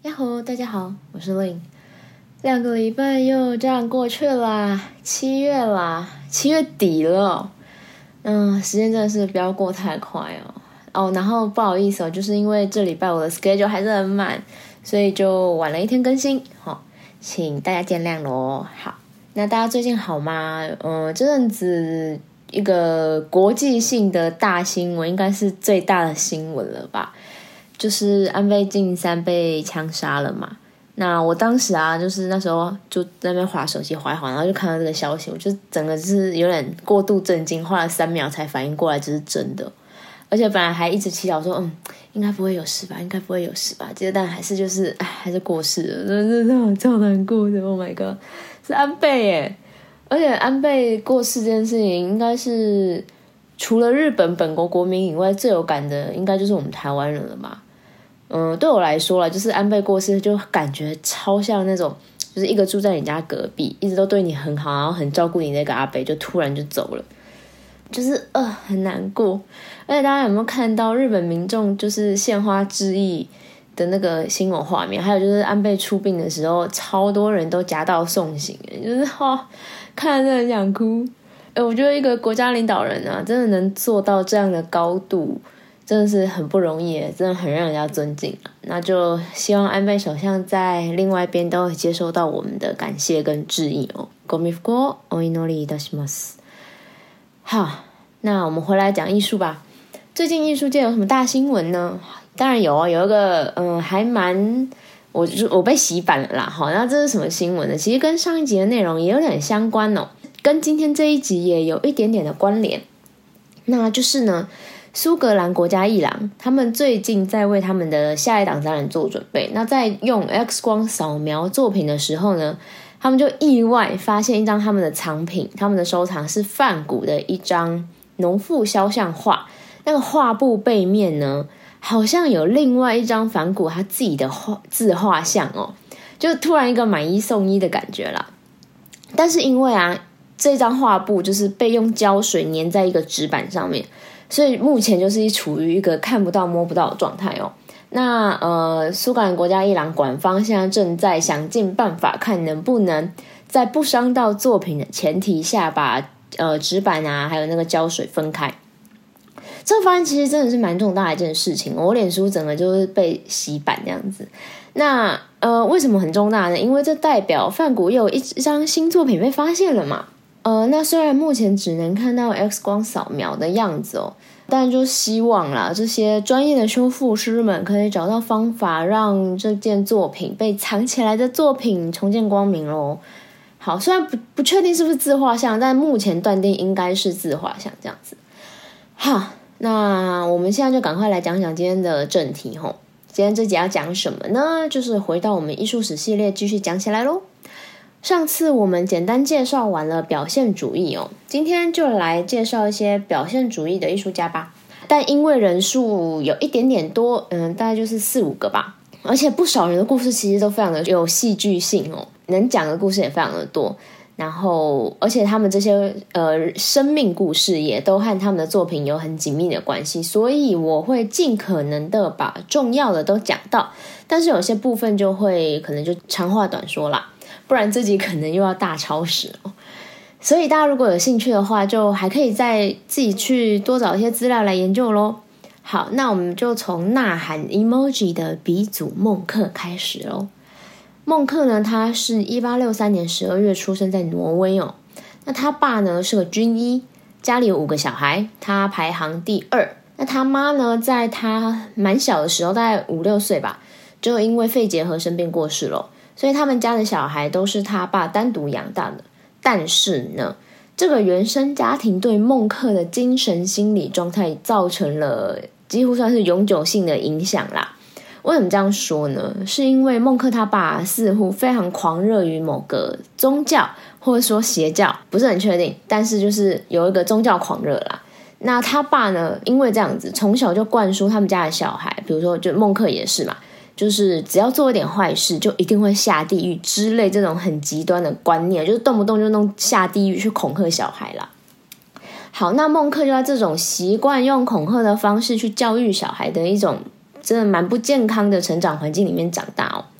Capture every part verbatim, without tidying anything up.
呀吼，大家好，我是 Lin。两个礼拜又这样过去啦，七月啦，七月底了。嗯，时间真的是不要过太快哦。哦，然后不好意思哦，就是因为这礼拜我的 schedule 还是很满，所以就晚了一天更新，好、哦，请大家见谅咯。好，那大家最近好吗？嗯，这阵子一个国际性的大新闻，应该是最大的新闻了吧？就是安倍晋三被枪杀了嘛。那我当时啊，就是那时候就在那边滑手机滑一滑，然后就看到这个消息，我就整个是有点过度震惊，花了三秒才反应过来这是真的。而且本来还一直祈祷说，嗯，应该不会有事吧，应该不会有事吧。结果但还是就是，哎，还是过世了，真的是超难过的。Oh my god， 是安倍耶！而且安倍过世这件事情，应该是除了日本本国国民以外，最有感的应该就是我们台湾人了吧。嗯，对我来说啦，就是安倍过世就感觉超像那种，就是一个住在你家隔壁，一直都对你很好，然后很照顾你那个阿伯，就突然就走了，就是呃很难过。而且大家有没有看到日本民众就是献花致意的那个新闻画面？还有就是安倍出殡的时候，超多人都夹道送行，就是哦，看了真的很想哭。哎，我觉得一个国家领导人啊，真的能做到这样的高度，真的是很不容易，真的很让人家尊敬。那就希望安倍首相在另外一边都会接收到我们的感谢跟致意哦。ご冥福をお祈りいたします。好，那我们回来讲艺术吧。最近艺术界有什么大新闻呢？当然有哦，有一个嗯，还蛮我我被洗版了啦。好，那这是什么新闻呢？其实跟上一集的内容也有点相关哦，跟今天这一集也有一点点的关联。那就是呢，苏格兰国家艺廊他们最近在为他们的下一档展览做准备。那在用 X 光扫描作品的时候呢，他们就意外发现一张他们的藏品，他们的收藏是梵谷的一张农妇肖像画。那个画布背面呢，好像有另外一张梵谷他自己的画自画像哦，就突然一个买一送一的感觉啦。但是因为啊，这张画布就是被用胶水粘在一个纸板上面，所以目前就是处于一个看不到摸不到的状态哦。那呃，苏格兰国家艺廊馆方现在正在想尽办法，看能不能在不伤到作品的前提下，把呃纸板啊还有那个胶水分开。这发现其实真的是蛮重大的一件事情，我脸书整个就是被洗版这样子。那呃，为什么很重大呢？因为这代表梵谷又有一张新作品被发现了嘛。呃，那虽然目前只能看到 X 光扫描的样子哦，但就希望啦，这些专业的修复师们可以找到方法，让这件作品被藏起来的作品重见光明咯。好，虽然不不确定是不是自画像，但目前断定应该是自画像这样子。好，那我们现在就赶快来讲讲今天的正题吼。今天这集要讲什么呢？就是回到我们艺术史系列继续讲起来咯。上次我们简单介绍完了表现主义哦，今天就来介绍一些表现主义的艺术家吧。但因为人数有一点点多，嗯，大概就是四五个吧，而且不少人的故事其实都非常的有戏剧性哦，能讲的故事也非常的多。然后，而且他们这些呃生命故事也都和他们的作品有很紧密的关系，所以我会尽可能的把重要的都讲到，但是有些部分就会可能就长话短说啦，不然自己可能又要大超时哦。所以大家如果有兴趣的话，就还可以再自己去多找一些资料来研究咯。好，那我们就从呐喊 emoji 的鼻祖孟克开始咯。孟克呢，他是一八六三年十二月出生在挪威哦。那他爸呢是个军医，家里有五个小孩，他排行第二。那他妈呢，在他蛮小的时候，大概五六岁吧，就因为肺结核生病过世了，所以他们家的小孩都是他爸单独养大的。但是呢，这个原生家庭对孟克的精神心理状态造成了几乎算是永久性的影响啦。为什么这样说呢？是因为孟克他爸似乎非常狂热于某个宗教，或者说邪教，不是很确定，但是就是有一个宗教狂热啦。那他爸呢，因为这样子从小就灌输他们家的小孩，比如说就孟克也是嘛，就是只要做一点坏事就一定会下地狱之类这种很极端的观念，就是动不动就弄下地狱去恐吓小孩啦。好，那孟克就在这种习惯用恐吓的方式去教育小孩的一种真的蛮不健康的成长环境里面长大哦。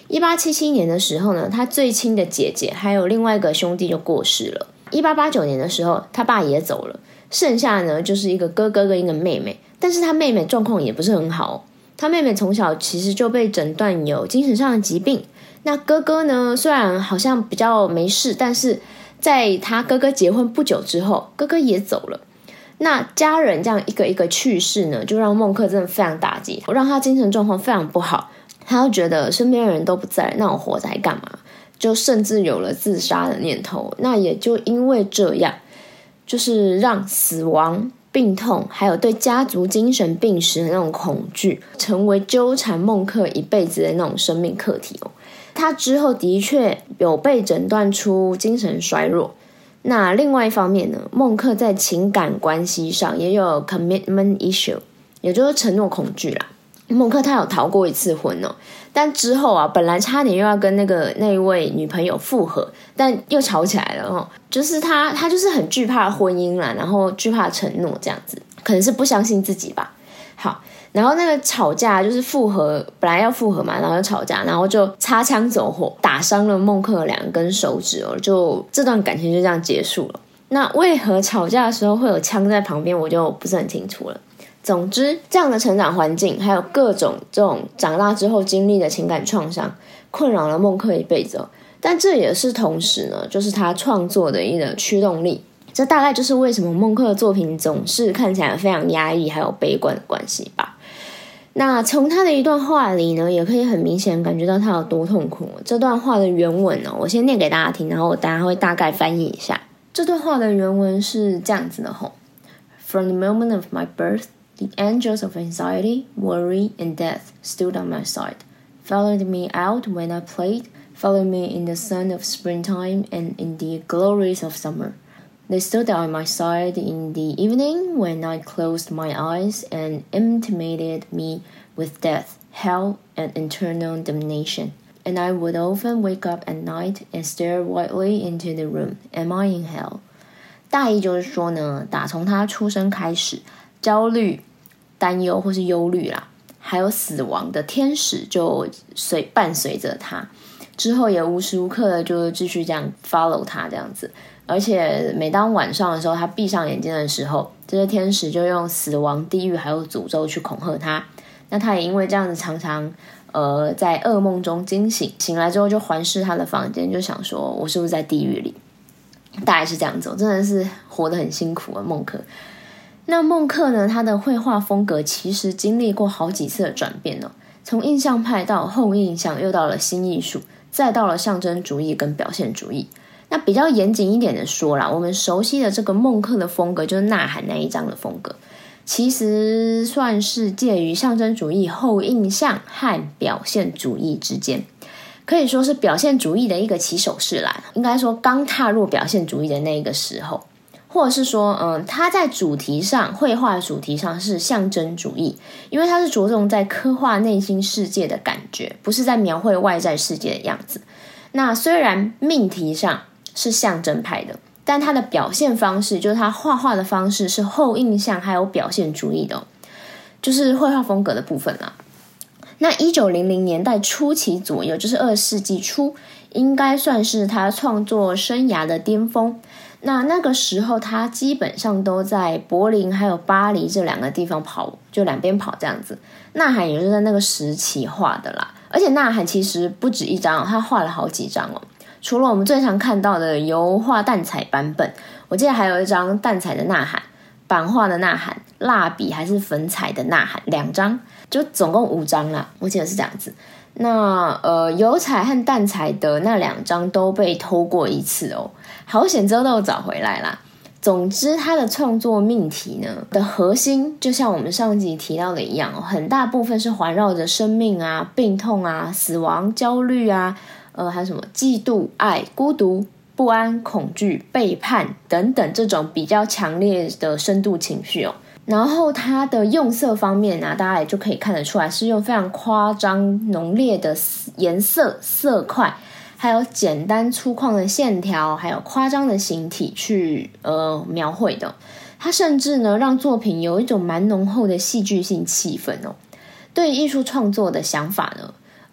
一八七七年的时候呢，他最亲的姐姐还有另外一个兄弟就过世了。一八八九年的时候，他爸也走了，剩下呢就是一个哥哥跟一个妹妹。但是他妹妹状况也不是很好，他妹妹从小其实就被诊断有精神上的疾病。那哥哥呢，虽然好像比较没事，但是在他哥哥结婚不久之后，哥哥也走了。那家人这样一个一个去世呢，就让孟克真的非常打击，让他精神状况非常不好。他就觉得身边的人都不在，那我活着还干嘛？就甚至有了自杀的念头。那也就因为这样，就是让死亡、病痛还有对家族精神病史的那种恐惧成为纠缠孟克一辈子的那种生命课题哦。他之后的确有被诊断出精神衰弱。那另外一方面呢，孟克在情感关系上也有 commitment issue， 也就是承诺恐惧啦。孟克他有逃过一次婚哦，但之后啊，本来差点又要跟那个那一位女朋友复合，但又吵起来了哦。就是他，他就是很惧怕婚姻啦，然后惧怕承诺这样子，可能是不相信自己吧。好，然后那个吵架就是复合，本来要复合嘛，然后就吵架，然后就擦枪走火，打伤了孟克两根手指哦，就这段感情就这样结束了。那为何吵架的时候会有枪在旁边，我就不是很清楚了。总之，这样的成长环境，还有各种这种长大之后经历的情感创伤，困扰了孟克一辈子哦。但这也是同时呢，就是他创作的一个驱动力。这大概就是为什么孟克的作品总是看起来非常压抑，还有悲观的关系吧。那从他的一段话里呢，也可以很明显感觉到他有多痛苦。这段话的原文呢，我先念给大家听，然后我大家会大概翻译一下。这段话的原文是这样子的吼 ：From the moment of my birth,The angels of anxiety, worry, and death stood on my side, followed me out when I played, followed me in the sun of springtime and in the glories of summer. They stood on my side in the evening when I closed my eyes and intimated me with death, hell, and eternal damnation. And I would often wake up at night and stare wildly into the room. Am I in hell? 大意就是说呢，打从他出生开始，焦虑、担忧或是忧虑啦，还有死亡的天使就随伴随着他，之后也无时无刻的就继续这样 follow 他这样子。而且每当晚上的时候，他闭上眼睛的时候，这些天使就用死亡、地狱还有诅咒去恐吓他。那他也因为这样子常常呃在噩梦中惊醒，醒来之后就环视他的房间，就想说我是不是在地狱里，大概是这样子。真的是活得很辛苦啊，孟克。那孟克呢，他的绘画风格其实经历过好几次的转变哦，从印象派到后印象，又到了新艺术，再到了象征主义跟表现主义。那比较严谨一点的说啦，我们熟悉的这个孟克的风格，就是《呐喊》那一张的风格，其实算是介于象征主义、后印象和表现主义之间，可以说是表现主义的一个起手式啦。应该说刚踏入表现主义的那个时候，或者是说，嗯，他在主题上，绘画的主题上是象征主义，因为他是着重在刻画内心世界的感觉，不是在描绘外在世界的样子。那虽然命题上是象征派的，但他的表现方式，就是他画画的方式是后印象还有表现主义的哦，就是绘画风格的部分啦。那一九零零年代初期左右，就是二十世纪初，应该算是他创作生涯的巅峰。那那个时候他基本上都在柏林还有巴黎这两个地方跑，就两边跑这样子。呐喊也是在那个时期画的啦，而且呐喊其实不止一张哦，他画了好几张哦。除了我们最常看到的油画淡彩版本，我记得还有一张淡彩的呐喊、版画的呐喊、蜡笔还是粉彩的呐喊，两张，就总共五张啦，我记得是这样子。那呃，油彩和淡彩的那两张都被偷过一次哦，好险之后都有找回来啦。总之，他的创作命题呢的核心，就像我们上集提到的一样哦，很大部分是环绕着生命啊、病痛啊、死亡、焦虑啊。呃，还有什么嫉妒、爱、孤独、不安、恐惧、背叛等等这种比较强烈的深度情绪哦。然后它的用色方面啊，大家也就可以看得出来，是用非常夸张浓烈的颜色、色块，还有简单粗犷的线条，还有夸张的形体去呃描绘的。它甚至呢，让作品有一种蛮浓厚的戏剧性气氛哦。对艺术创作的想法呢，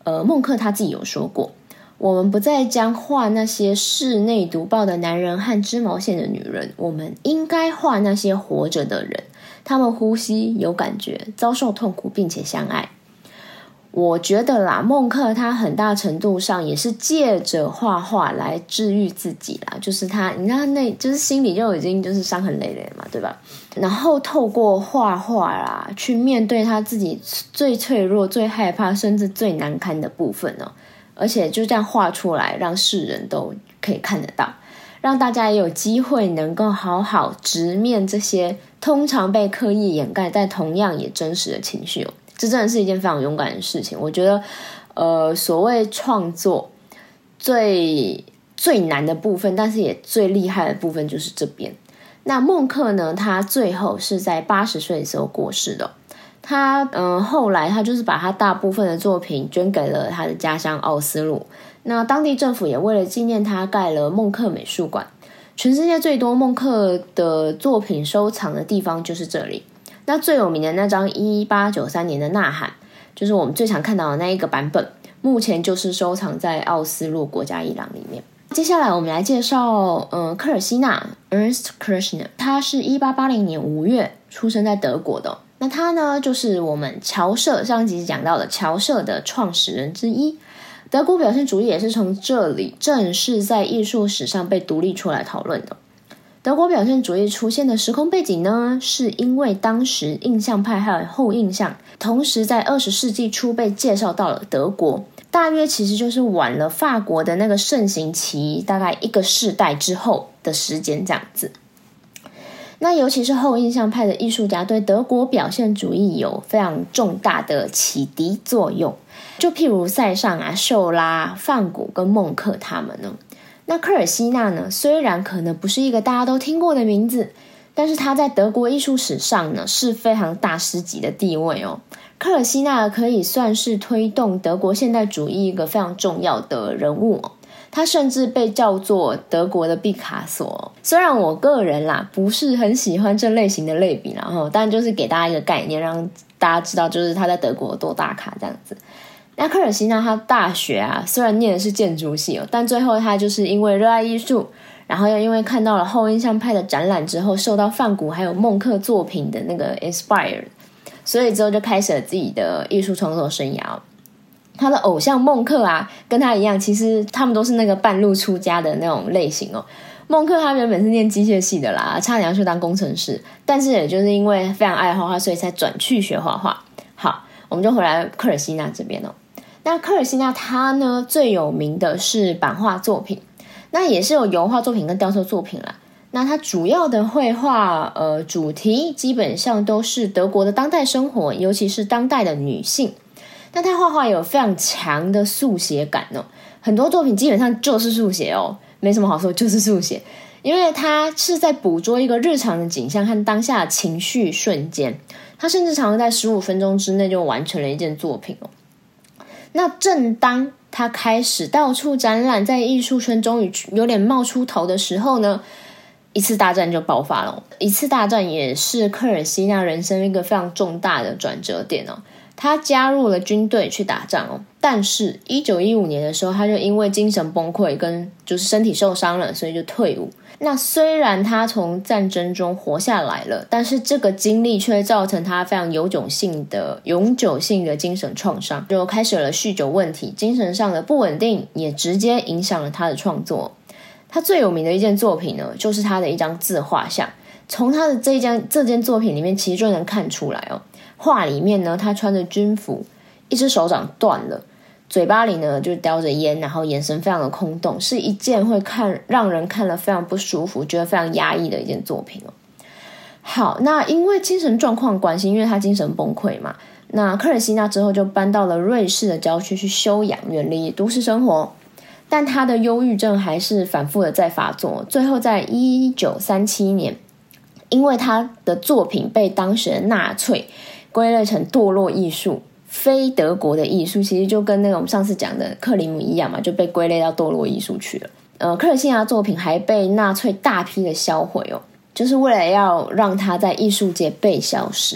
呃，孟克他自己有说过，我们不再将画那些室内读报的男人和织毛线的女人，我们应该画那些活着的人，他们呼吸有感觉，遭受痛苦并且相爱。我觉得啦，孟克他很大程度上也是借着画画来治愈自己啦，就是他你看他那就是心里就已经就是伤痕累累嘛，对吧？然后透过画画啦去面对他自己最脆弱最害怕甚至最难堪的部分哦，而且就这样画出来让世人都可以看得到，让大家也有机会能够好好直面这些通常被刻意掩盖但同样也真实的情绪哦。这真的是一件非常勇敢的事情。我觉得呃，所谓创作最最难的部分但是也最厉害的部分就是这边。那孟克呢，他最后是在八十岁的时候过世的。他嗯、呃，后来他就是把他大部分的作品捐给了他的家乡奥斯陆，那当地政府也为了纪念他盖了孟克美术馆。全世界最多孟克的作品收藏的地方就是这里。那最有名的那张一八九三年的呐喊，就是我们最常看到的那一个版本，目前就是收藏在奥斯陆国家艺廊里面。接下来我们来介绍呃，科尔西纳 Ernst Kirchner， 他是一八八零年五月出生在德国的。那他呢就是我们侨社上集讲到的侨社的创始人之一。德国表现主义也是从这里正式在艺术史上被独立出来讨论的。德国表现主义出现的时空背景呢，是因为当时印象派还有后印象同时在二十世纪初被介绍到了德国，大约其实就是晚了法国的那个盛行期大概一个世代之后的时间这样子。那尤其是后印象派的艺术家对德国表现主义有非常重大的启迪作用，就譬如塞尚啊、秀拉、梵谷跟孟克他们呢。那科尔西纳呢，虽然可能不是一个大家都听过的名字，但是他在德国艺术史上呢是非常大师级的地位哦。科尔西纳可以算是推动德国现代主义一个非常重要的人物哦，他甚至被叫做德国的毕卡索哦。虽然我个人啦不是很喜欢这类型的类比啦，哦，但就是给大家一个概念，让大家知道就是他在德国有多大咖这样子。那科尔西纳他大学啊虽然念的是建筑系哦，但最后他就是因为热爱艺术，然后又因为看到了后印象派的展览之后受到梵谷还有孟克作品的那个 inspired， 所以之后就开始了自己的艺术创作生涯哦。他的偶像孟克啊跟他一样，其实他们都是那个半路出家的那种类型哦。孟克他原本是念机械系的啦，差点要去当工程师，但是也就是因为非常爱画画，所以才转去学画画。好，我们就回来科尔西纳这边哦。那科尔西纳他呢最有名的是版画作品，那也是有油画作品跟雕塑作品啦。那他主要的绘画呃主题基本上都是德国的当代生活，尤其是当代的女性。但他画画有非常强的速写感哦，很多作品基本上就是速写哦，没什么好说，就是速写。因为他是在捕捉一个日常的景象和当下的情绪瞬间，他甚至常常在十五分钟之内就完成了一件作品哦。那正当他开始到处展览，在艺术圈终于有点冒出头的时候呢，一次大战就爆发了。一次大战也是科尔西纳人生一个非常重大的转折点哦。他加入了军队去打仗哦，但是一九一五年的时候他就因为精神崩溃跟就是身体受伤了，所以就退伍。那虽然他从战争中活下来了，但是这个经历却造成他非常永久性的永久性的精神创伤，就开始了酗酒问题，精神上的不稳定也直接影响了他的创作。他最有名的一件作品呢，就是他的一张自画像。从他的这一张这件作品里面其实就能看出来哦，画里面呢他穿着军服，一只手掌断了，嘴巴里呢就叼着烟，然后眼神非常的空洞，是一件会看让人看了非常不舒服，觉得非常压抑的一件作品哦。好，那因为精神状况关系，因为他精神崩溃嘛，那科尔西纳之后就搬到了瑞士的郊区去休养，远离都市生活。但他的忧郁症还是反复的在发作，最后在一九三七年，因为他的作品被当时的纳粹归类成堕落艺术，非德国的艺术，其实就跟那个我们上次讲的克里姆一样嘛，就被归类到堕落艺术去了。呃，科尔西纳作品还被纳粹大批的销毁哦，就是为了要让他在艺术界被消失。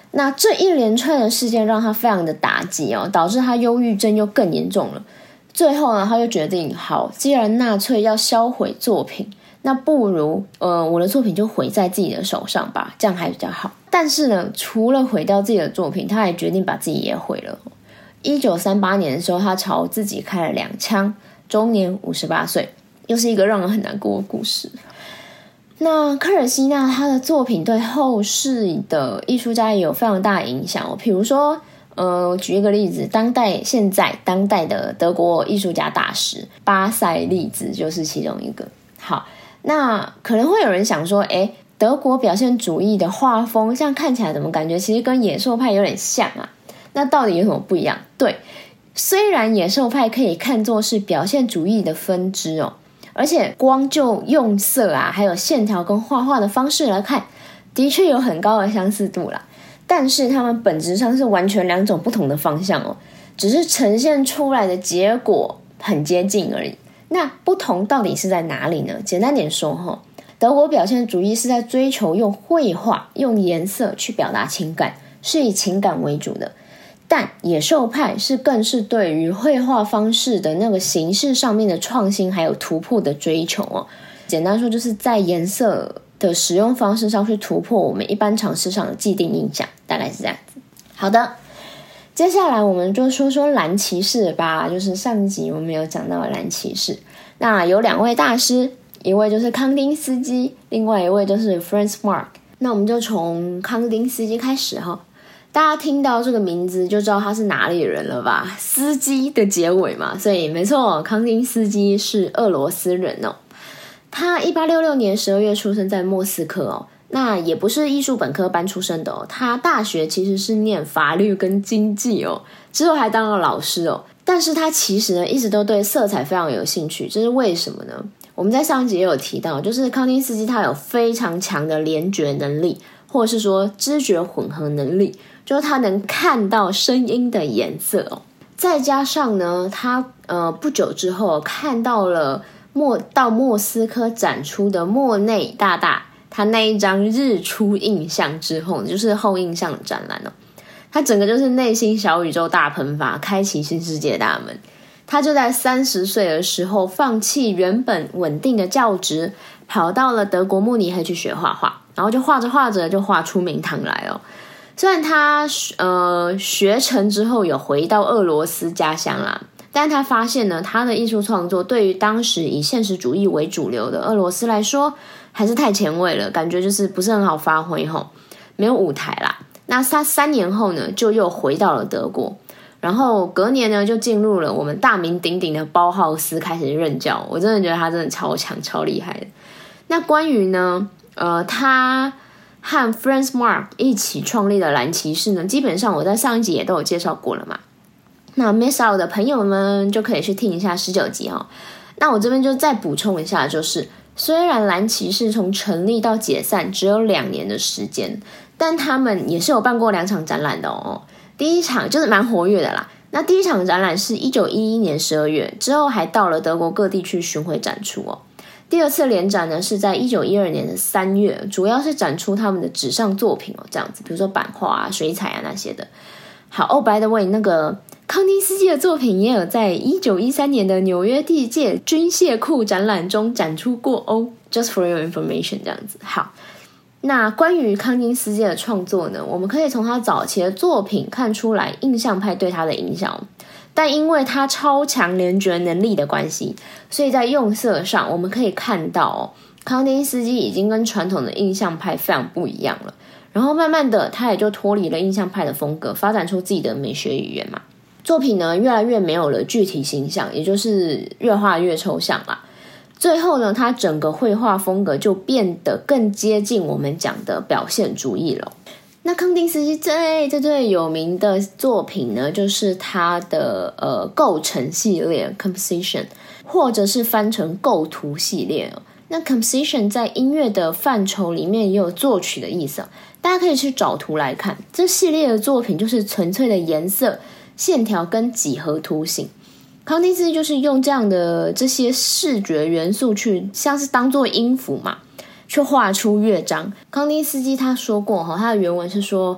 那这一连串的事件让他非常的打击哦，导致他忧郁症又更严重了。最后呢，他就决定，好，既然纳粹要销毁作品，那不如呃我的作品就毁在自己的手上吧，这样还比较好。但是呢，除了毁掉自己的作品，他还决定把自己也毁了。一九三八年的时候，他朝自己开了两枪，终年五十八岁，又是一个让人很难过的故事。那科尔西纳他的作品对后世的艺术家也有非常大的影响哦，比如说呃，举一个例子，当代现在当代的德国艺术家大师巴塞利兹就是其中一个。好，那可能会有人想说，诶，德国表现主义的画风这样看起来怎么感觉其实跟野兽派有点像啊？那到底有什么不一样？对，虽然野兽派可以看作是表现主义的分支哦，而且光就用色啊还有线条跟画画的方式来看，的确有很高的相似度啦，但是他们本质上是完全两种不同的方向哦，只是呈现出来的结果很接近而已。那不同到底是在哪里呢？简单点说齁，德国表现主义是在追求用绘画用颜色去表达情感，是以情感为主的，但野兽派是更是对于绘画方式的那个形式上面的创新还有突破的追求哦。简单说就是在颜色的使用方式上去突破我们一般常识上的既定印象，大概是这样子。好的，接下来我们就说说蓝骑士吧，就是上集我们有讲到的蓝骑士。那有两位大师，一位就是康丁斯基，另外一位就是 Franz Marc。 那我们就从康丁斯基开始哈。大家听到这个名字就知道他是哪里人了吧？司机的结尾嘛，所以没错，康丁斯基是俄罗斯人哦。他一八六六年十二月出生在莫斯科哦，那也不是艺术本科班出身的哦，他大学其实是念法律跟经济哦，之后还当了老师哦。但是他其实呢一直都对色彩非常有兴趣，这是为什么呢？我们在上一集也有提到，就是康丁斯基他有非常强的联觉能力，或者是说知觉混合能力，就是他能看到声音的颜色哦。再加上呢，他呃不久之后看到了莫到莫斯科展出的莫内大大他那一张日出印象之后，就是后印象的展览哦，他整个就是内心小宇宙大喷发，开启新世界大门。他就在三十岁的时候放弃原本稳定的教职，跑到了德国慕尼黑去学画画，然后就画着画着就画出名堂来哦。虽然他呃学成之后有回到俄罗斯家乡啦，但他发现呢，他的艺术创作对于当时以现实主义为主流的俄罗斯来说还是太前卫了，感觉就是不是很好发挥吼，没有舞台啦。那他三年后呢，就又回到了德国，然后隔年呢，就进入了我们大名鼎鼎的包浩斯开始任教。我真的觉得他真的超强超厉害的。那关于呢，呃，他和 Franz Marc 一起创立的蓝骑士呢，基本上我在上一集也都有介绍过了嘛。那 miss out 的朋友们就可以去听一下十九集哦。那我这边就再补充一下，就是虽然蓝骑士从成立到解散只有两年的时间，但他们也是有办过两场展览的哦。第一场就是蛮活跃的啦。那第一场展览是一九一一年十二月，之后还到了德国各地去巡回展出哦。第二次联展呢是在一九一二年的三月，主要是展出他们的纸上作品哦，这样子，比如说版画啊、水彩啊那些的。好哦 ，by the way， 那个康丁斯基的作品也有在一九一三年的纽约第一届军械库展览中展出过哦 ，just for your information， 这样子。好，那关于康丁斯基的创作呢，我们可以从他早期的作品看出来印象派对他的影响。但因为他超强联觉能力的关系，所以在用色上我们可以看到哦，康丁斯基已经跟传统的印象派非常不一样了。然后慢慢的他也就脱离了印象派的风格，发展出自己的美学语言嘛。作品呢越来越没有了具体形象，也就是越画越抽象啦。最后呢，他整个绘画风格就变得更接近我们讲的表现主义了。那康丁斯基最最最有名的作品呢，就是他的呃构成系列 composition， 或者是翻成构图系列哦。那 composition 在音乐的范畴里面也有作曲的意思，大家可以去找图来看。这系列的作品就是纯粹的颜色、线条跟几何图形。康丁斯基就是用这样的这些视觉元素去像是当作音符嘛，去画出乐章。康丁斯基他说过，他的原文是说，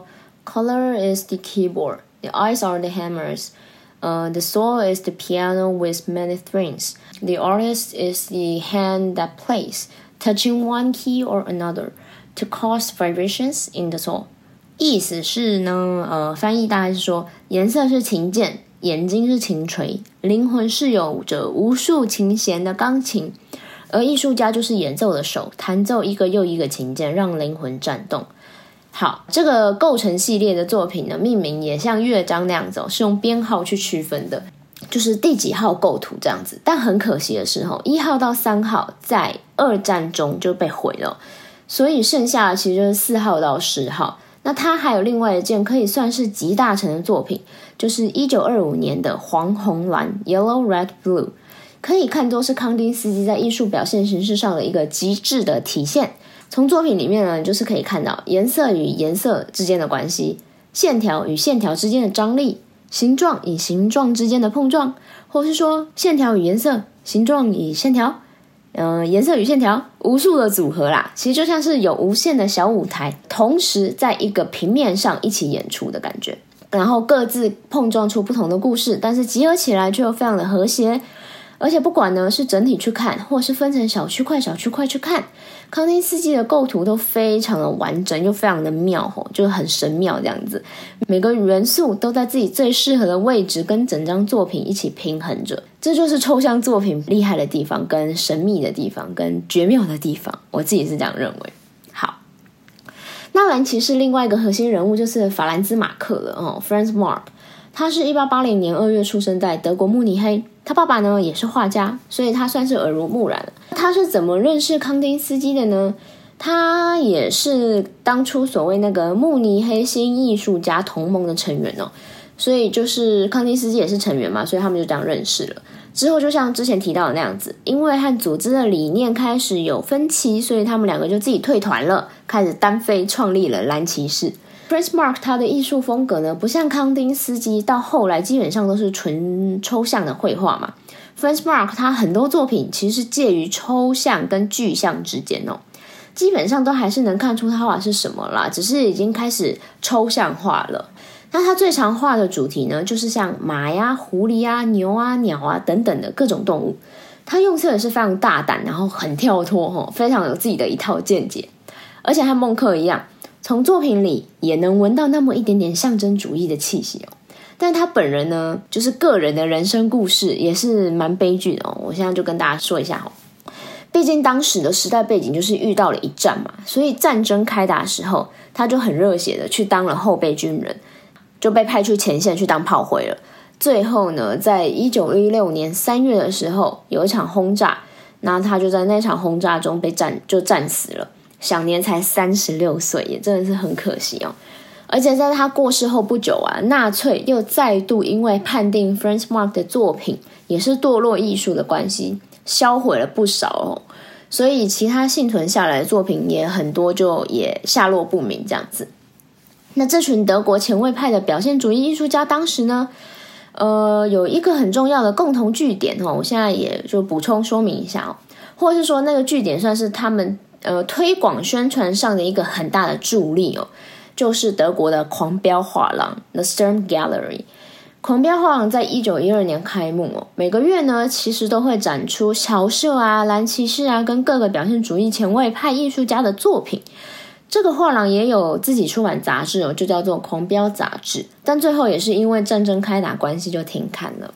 Color is the keyboard, the eyes are the hammers.Uh, the soul is the piano with many strings. The artist is the hand that plays, touching one key or another to cause vibrations in the soul. 意思是呢，呃，翻译大概是说，颜色是琴键，眼睛是琴锤，灵魂是有着无数琴弦的钢琴，而艺术家就是演奏的手，弹奏一个又一个琴键，让灵魂颤动。好，这个构成系列的作品呢，命名也像乐章那样子、哦、是用编号去区分的，就是第几号构图这样子。但很可惜的是、哦、一号到三号在二战中就被毁了，所以剩下的其实就是四号到十号。那它还有另外一件可以算是集大成的作品，就是一九二五年的黄红蓝 Yellow Red Blue， 可以看作是康丁斯基在艺术表现形式上的一个极致的体现。从作品里面呢，就是可以看到颜色与颜色之间的关系，线条与线条之间的张力，形状与形状之间的碰撞，或是说线条与颜色，形状与线条，呃，颜色与线条，无数的组合啦。其实就像是有无限的小舞台，同时在一个平面上一起演出的感觉，然后各自碰撞出不同的故事，但是集合起来却又非常的和谐。而且不管呢是整体去看，或是分成小区块小区块去看，康定斯基的构图都非常的完整又非常的妙吼，就很神妙这样子，每个元素都在自己最适合的位置跟整张作品一起平衡着。这就是抽象作品厉害的地方，跟神秘的地方，跟绝妙的地方，我自己是这样认为。好，那蓝骑士另外一个核心人物就是法兰兹马克了哦 Franz Marc， 他是一八八零年二月出生在德国慕尼黑，他爸爸呢也是画家，所以他算是耳濡目染了。他是怎么认识康定斯基的呢？他也是当初所谓那个慕尼黑新艺术家同盟的成员哦，所以就是康定斯基也是成员嘛，所以他们就这样认识了。之后就像之前提到的那样子，因为和组织的理念开始有分歧，所以他们两个就自己退团了，开始单飞创立了蓝骑士。Franz Marc 他的艺术风格呢，不像康定斯基到后来基本上都是纯抽象的绘画嘛。Franz Marc 他很多作品其实是介于抽象跟具象之间哦，基本上都还是能看出他画是什么啦，只是已经开始抽象化了。那他最常画的主题呢，就是像马呀、狐狸啊、牛啊、鸟啊等等的各种动物。他用色也是非常大胆，然后很跳脱哦，非常有自己的一套见解。而且和孟克一样，从作品里也能闻到那么一点点象征主义的气息哦。但他本人呢，就是个人的人生故事也是蛮悲剧的哦。我现在就跟大家说一下哦。毕竟当时的时代背景就是遇到了一战嘛，所以战争开打的时候，他就很热血的去当了后备军人，就被派去前线去当炮灰了。最后呢，在一九一六年三月的时候，有一场轰炸，那他就在那场轰炸中被战就战死了，享年才三十六岁，也真的是很可惜哦。而且在他过世后不久啊，纳粹又再度因为判定 Franz Marc 的作品也是堕落艺术的关系，销毁了不少哦。所以其他幸存下来的作品也很多就也下落不明这样子。那这群德国前卫派的表现主义艺术家当时呢，呃，有一个很重要的共同据点哦，我现在也就补充说明一下哦，或者是说那个据点算是他们呃推广宣传上的一个很大的助力哦，就是德国的狂飙画廊 The Sturm Gallery。 狂飙画廊在一九一二年开幕哦，每个月呢其实都会展出乔舍啊、蓝骑士啊跟各个表现主义前卫派艺术家的作品。这个画廊也有自己出版杂志哦，就叫做狂飙杂志，但最后也是因为战争开打关系就停刊了。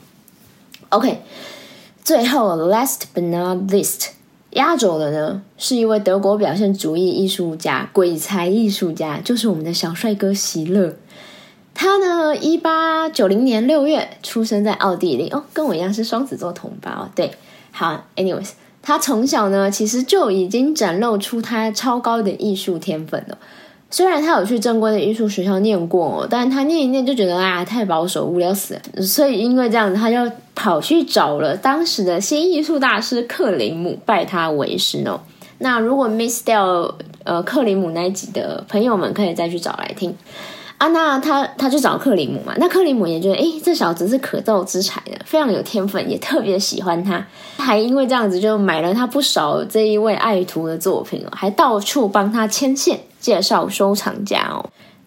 OK， 最后 last but not least，压轴的呢是一位德国表现主义艺术家，鬼才艺术家，就是我们的小帅哥席勒。他呢一八九零年六月出生在奥地利哦，跟我一样是双子座同胞哦。对，好 anyways， 他从小呢其实就已经展露出他超高的艺术天分了。虽然他有去正规的艺术学校念过哦，但他念一念就觉得啊太保守无聊死了，所以因为这样他就跑去找了当时的新艺术大师克林姆，拜他为师哦。那如果 miss 掉呃克林姆那一集的朋友们，可以再去找来听啊。那他他就找克林姆嘛，那克林姆也觉得诶这小子是可造之材的，非常有天分，也特别喜欢他，还因为这样子就买了他不少这一位爱徒的作品哦，还到处帮他牵线介绍收藏家哦。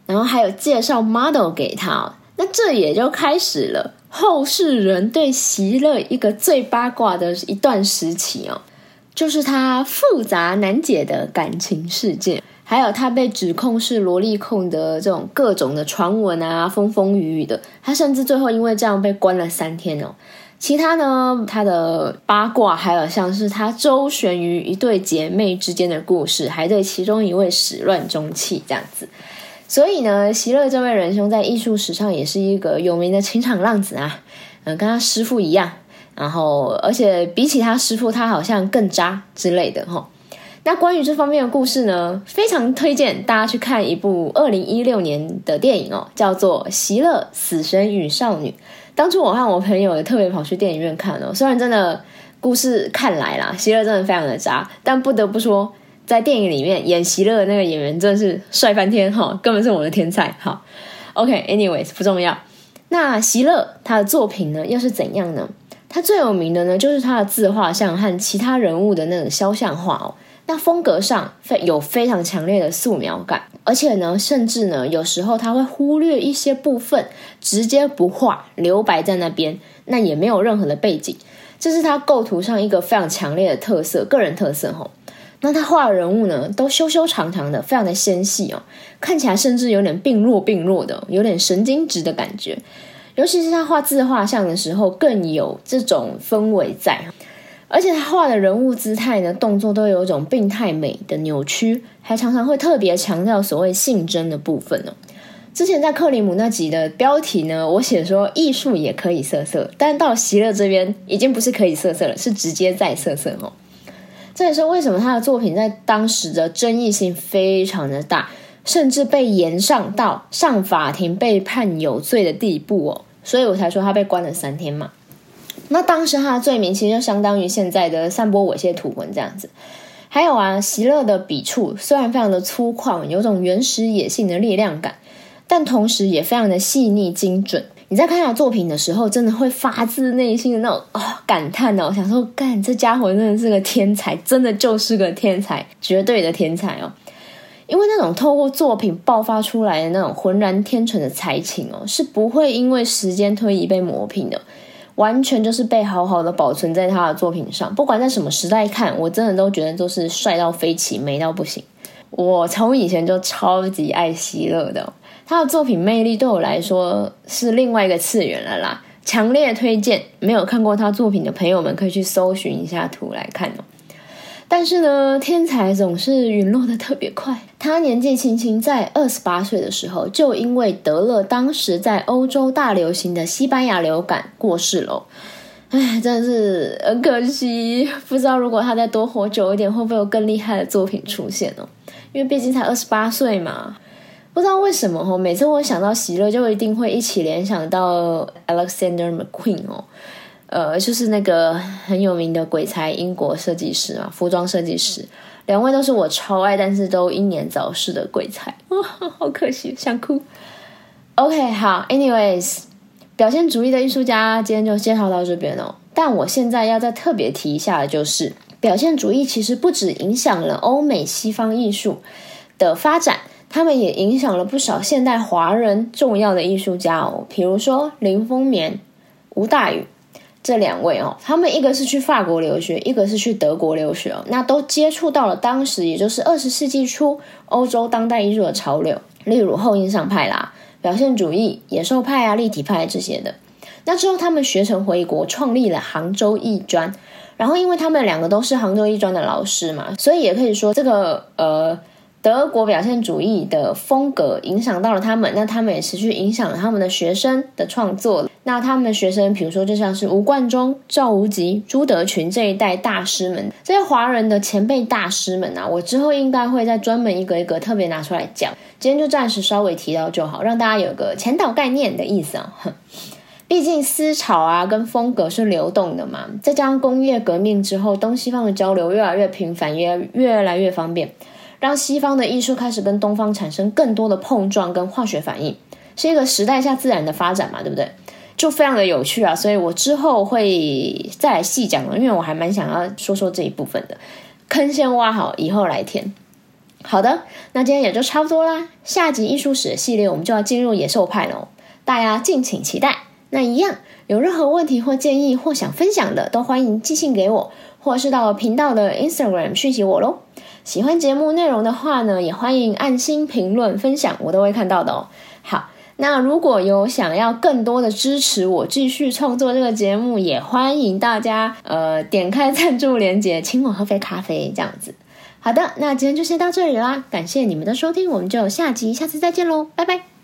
然后还有介绍 model 给他哦。那这也就开始了后世人对席勒一个最八卦的一段时期哦，就是他复杂难解的感情事件，还有他被指控是萝莉控的这种各种的传闻啊，风风雨雨的。他甚至最后因为这样被关了三天哦。其他呢，他的八卦还有像是他周旋于一对姐妹之间的故事，还对其中一位始乱终弃这样子。所以呢，席勒这位仁兄在艺术史上也是一个有名的情场浪子啊，嗯，跟他师父一样，然后而且比起他师父，他好像更渣之类的齁。那关于这方面的故事呢，非常推荐大家去看一部二零一六年的电影哦，叫做《席勒死神与少女》。当初我和我朋友也特别跑去电影院看哦，虽然真的故事看来啦，席勒真的非常的渣，但不得不说，在电影里面演席勒的那个演员真的是帅翻天哈，根本是我的天才。好 ，OK，anyways， 不重要。那席勒他的作品呢，又是怎样呢？他最有名的呢，就是他的自画像和其他人物的那种肖像画哦。那风格上有非常强烈的素描感，而且呢，甚至呢，有时候他会忽略一些部分，直接不画，留白在那边，那也没有任何的背景，这是他构图上一个非常强烈的特色，个人特色齁。那他画的人物呢，都修修长长的，非常的纤细哦，看起来甚至有点病弱病弱的，有点神经质的感觉。尤其是他画自画像的时候，更有这种氛围在。而且他画的人物姿态呢，动作都有一种病态美的扭曲，还常常会特别强调所谓性征的部分哦。之前在克里姆那集的标题呢，我写说艺术也可以色色，但到席勒这边已经不是可以色色了，是直接在色色哦。这也是为什么他的作品在当时的争议性非常的大，甚至被延上到上法庭被判有罪的地步哦。所以我才说他被关了三天嘛。那当时他的罪名其实就相当于现在的散播猥亵图文这样子。还有啊，席勒的笔触虽然非常的粗犷，有种原始野性的力量感，但同时也非常的细腻精准。你在看他的作品的时候，真的会发自内心的那种、哦、感叹哦，想说干这家伙真的是个天才，真的就是个天才，绝对的天才哦。因为那种透过作品爆发出来的那种浑然天成的才情哦，是不会因为时间推移被磨平的，完全就是被好好的保存在他的作品上。不管在什么时代看，我真的都觉得都是帅到飞起，美到不行。我从以前就超级爱席勒的、哦，他的作品魅力对我来说是另外一个次元了啦，强烈推荐没有看过他作品的朋友们可以去搜寻一下图来看哦。但是呢，天才总是陨落的特别快。他年纪轻轻，在二十八岁的时候，就因为得了当时在欧洲大流行的西班牙流感过世了。唉，真的是很可惜，不知道如果他再多活久一点，会不会有更厉害的作品出现哦？因为毕竟才二十八岁嘛。不知道为什么哦，每次我想到席勒，就一定会一起联想到 Alexander McQueen 哦。呃，就是那个很有名的鬼才英国设计师嘛，服装设计师，两位都是我超爱，但是都英年早逝的鬼才，哦，好可惜，想哭。OK， 好 ，anyways， 表现主义的艺术家今天就介绍到这边哦。但我现在要再特别提一下的就是，表现主义其实不只影响了欧美西方艺术的发展，他们也影响了不少现代华人重要的艺术家哦，比如说林风眠、吴大羽。这两位哦，他们一个是去法国留学，一个是去德国留学哦，那都接触到了当时也就是二十世纪初欧洲当代艺术的潮流，例如后印象派啦、表现主义、野兽派啊、立体派这些的。那之后他们学成回国，创立了杭州艺专，然后因为他们两个都是杭州艺专的老师嘛，所以也可以说这个呃德国表现主义的风格影响到了他们，那他们也持续影响了他们的学生的创作。那他们的学生比如说就像是吴冠中、赵无极、朱德群这一代大师们，这些华人的前辈大师们啊，我之后应该会再专门一个一个特别拿出来讲，今天就暂时稍微提到就好，让大家有个前导概念的意思啊。毕竟思潮啊跟风格是流动的嘛，再加上工业革命之后，东西方的交流越来越频繁，越越来越方便，让西方的艺术开始跟东方产生更多的碰撞跟化学反应，是一个时代下自然的发展嘛，对不对？就非常的有趣啊，所以我之后会再来细讲了，因为我还蛮想要说说这一部分的，坑先挖好，以后来填。 好的，那今天也就差不多啦。下集艺术史的系列我们就要进入野兽派了，大家敬请期待。那一样有任何问题或建议或想分享的，都欢迎寄信给我，或是到频道的 Instagram 讯息我咯。喜欢节目内容的话呢，也欢迎按心评论分享，我都会看到的哦。好，那如果有想要更多的支持我继续创作这个节目，也欢迎大家呃点开赞助连结，请我喝杯咖啡这样子。好的，那今天就先到这里啦，感谢你们的收听，我们就下集下次再见咯，拜拜。